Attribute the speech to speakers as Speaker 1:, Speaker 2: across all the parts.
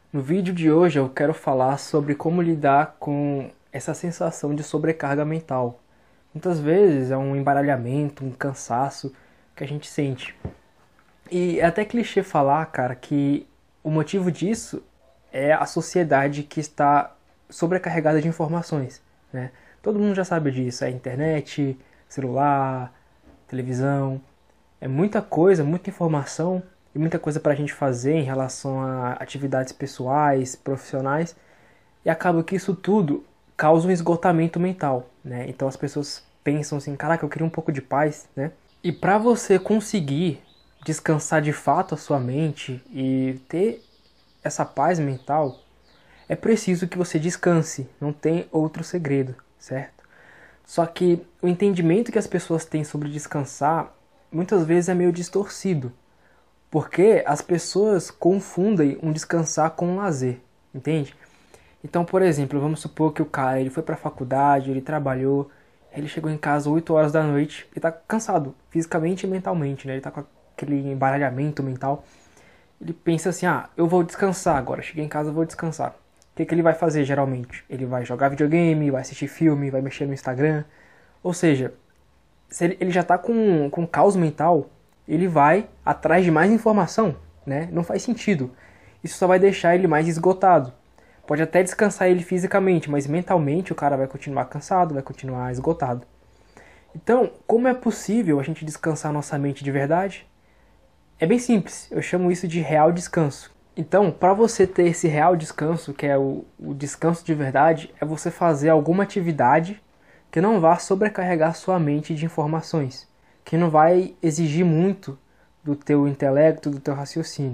Speaker 1: No vídeo de hoje eu quero falar sobre como lidar com essa sensação de sobrecarga mental. Muitas vezes é um embaralhamento, um cansaço que a gente sente. E é até clichê falar, cara, que o motivo disso é a sociedade que está sobrecarregada de informações, né? Todo mundo já sabe disso, é internet, celular, televisão, é muita coisa, muita informação e muita coisa para a gente fazer em relação a atividades pessoais, profissionais, e acaba que isso tudo causa um esgotamento mental, né? Então as pessoas pensam assim, caraca, eu queria um pouco de paz, né? E para você conseguir descansar de fato a sua mente e ter essa paz mental, é preciso que você descanse, não tem outro segredo, certo? Só que o entendimento que as pessoas têm sobre descansar muitas vezes é meio distorcido, porque as pessoas confundem um descansar com um lazer, entende? Então, por exemplo, vamos supor que o cara ele foi para a faculdade, ele trabalhou, ele chegou em casa 8 horas da noite e tá cansado, fisicamente e mentalmente, né? Ele tá com aquele embaralhamento mental. Ele pensa assim, eu vou descansar agora, cheguei em casa, eu vou descansar. O que ele vai fazer geralmente? Ele vai jogar videogame, vai assistir filme, vai mexer no Instagram. Ou seja, se ele já está com caos mental, ele vai atrás de mais informação, né? Não faz sentido. Isso só vai deixar ele mais esgotado. Pode até descansar ele fisicamente, mas mentalmente o cara vai continuar cansado, vai continuar esgotado. Então, como é possível a gente descansar nossa mente de verdade? É bem simples, eu chamo isso de real descanso. Então, para você ter esse real descanso, que é o descanso de verdade, é você fazer alguma atividade que não vá sobrecarregar sua mente de informações, que não vai exigir muito do teu intelecto, do teu raciocínio.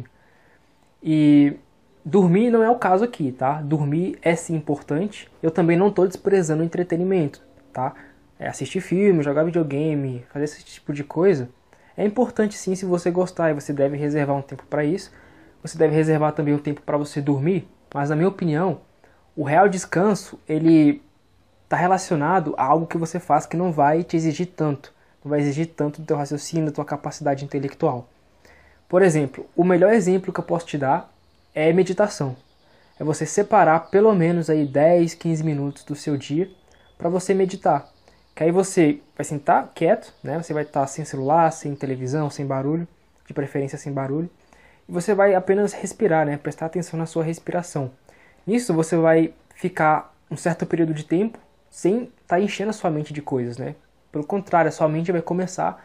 Speaker 1: E dormir não é o caso aqui, tá? Dormir é sim importante. Eu também não estou desprezando o entretenimento, tá? Assistir filme, jogar videogame, fazer esse tipo de coisa é importante sim se você gostar e você deve reservar um tempo para isso. Você deve reservar também um tempo para você dormir, mas na minha opinião, o real descanso, ele está relacionado a algo que você faz que não vai te exigir tanto, não vai exigir tanto do teu raciocínio, da tua capacidade intelectual. Por exemplo, o melhor exemplo que eu posso te dar é meditação. É você separar pelo menos aí 10, 15 minutos do seu dia para você meditar. Que aí você vai sentar quieto, né? Você vai estar sem celular, sem televisão, sem barulho, de preferência sem barulho. E você vai apenas respirar, né? Prestar atenção na sua respiração. Nisso você vai ficar um certo período de tempo sem estar enchendo a sua mente de coisas, né? Pelo contrário, a sua mente vai começar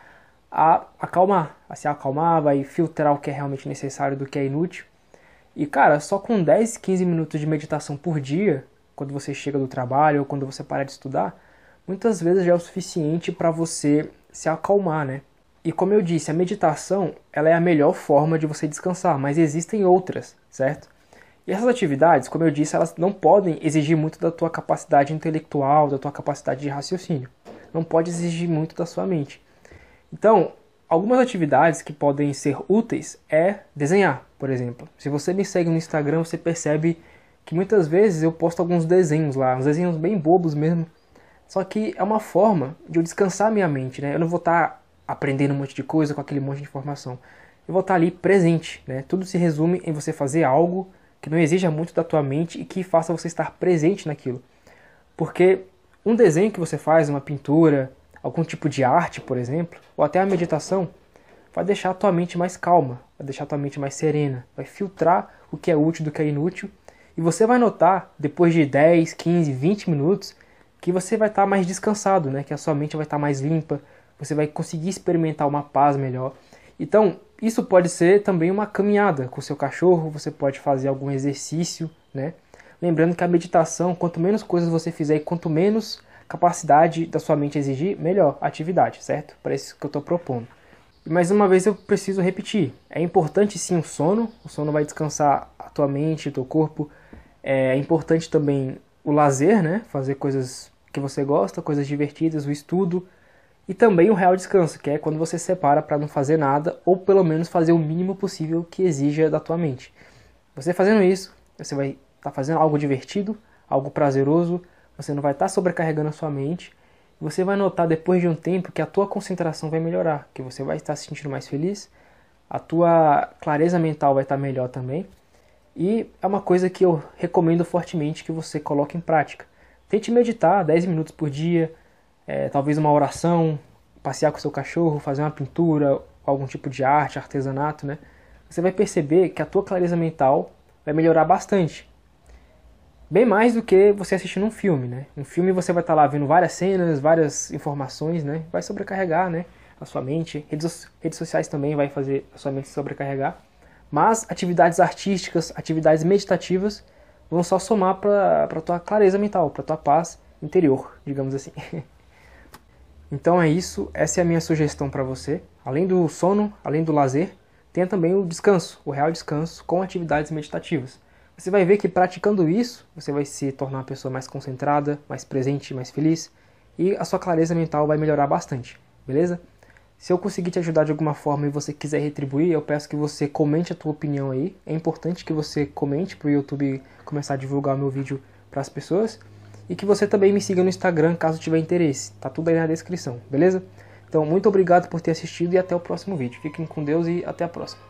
Speaker 1: a acalmar, a se acalmar, vai filtrar o que é realmente necessário do que é inútil. E cara, só com 10, 15 minutos de meditação por dia, quando você chega do trabalho ou quando você para de estudar, muitas vezes já é o suficiente para você se acalmar, né? E como eu disse, a meditação ela é a melhor forma de você descansar, mas existem outras, certo? E essas atividades, como eu disse, elas não podem exigir muito da tua capacidade intelectual, da tua capacidade de raciocínio. Não pode exigir muito da sua mente. Então, algumas atividades que podem ser úteis é desenhar, por exemplo. Se você me segue no Instagram, você percebe que muitas vezes eu posto alguns desenhos lá, uns desenhos bem bobos mesmo. Só que é uma forma de eu descansar minha mente, né? Eu não vou estar aprendendo um monte de coisa com aquele monte de informação. Eu vou estar ali presente, né? Tudo se resume em você fazer algo que não exija muito da tua mente e que faça você estar presente naquilo. Porque um desenho que você faz, uma pintura, algum tipo de arte, por exemplo, ou até a meditação, vai deixar a tua mente mais calma, vai deixar a tua mente mais serena, vai filtrar o que é útil do que é inútil, e você vai notar, depois de 10, 15, 20 minutos, que você vai estar mais descansado, né? Que a sua mente vai estar mais limpa, você vai conseguir experimentar uma paz melhor. Então, isso pode ser também uma caminhada com o seu cachorro, você pode fazer algum exercício, né? Lembrando que a meditação, quanto menos coisas você fizer e quanto menos capacidade da sua mente exigir, melhor a atividade, certo? Para isso que eu estou propondo. E mais uma vez eu preciso repetir, é importante sim o sono vai descansar a tua mente, o teu corpo. É importante também o lazer, né? Fazer coisas que você gosta, coisas divertidas, o estudo. E também o real descanso, que é quando você separa para não fazer nada, ou pelo menos fazer o mínimo possível que exija da tua mente. Você fazendo isso, você vai estar fazendo algo divertido, algo prazeroso, você não vai estar sobrecarregando a sua mente, e você vai notar depois de um tempo que a tua concentração vai melhorar, que você vai estar se sentindo mais feliz, a tua clareza mental vai estar melhor também, E é uma coisa que eu recomendo fortemente que você coloque em prática. Tente meditar 10 minutos por dia, talvez uma oração, passear com seu cachorro, fazer uma pintura, algum tipo de arte, artesanato, né? Você vai perceber que a tua clareza mental vai melhorar bastante. Bem mais do que você assistindo um filme, né? Um filme você vai estar lá vendo várias cenas, várias informações, né? Vai sobrecarregar, né, a sua mente. Redes sociais também vai fazer a sua mente sobrecarregar. Mas atividades artísticas, atividades meditativas vão só somar para a tua clareza mental, para a tua paz interior, digamos assim. Então é isso, essa é a minha sugestão para você. Além do sono, além do lazer, tenha também o descanso, o real descanso com atividades meditativas. Você vai ver que praticando isso, você vai se tornar uma pessoa mais concentrada, mais presente, mais feliz, e a sua clareza mental vai melhorar bastante, beleza? Se eu conseguir te ajudar de alguma forma e você quiser retribuir, eu peço que você comente a tua opinião aí. É importante que você comente para o YouTube começar a divulgar o meu vídeo para as pessoas. E que você também me siga no Instagram caso tiver interesse. Tá tudo aí na descrição, beleza? Então, muito obrigado por ter assistido e até o próximo vídeo. Fiquem com Deus e até a próxima.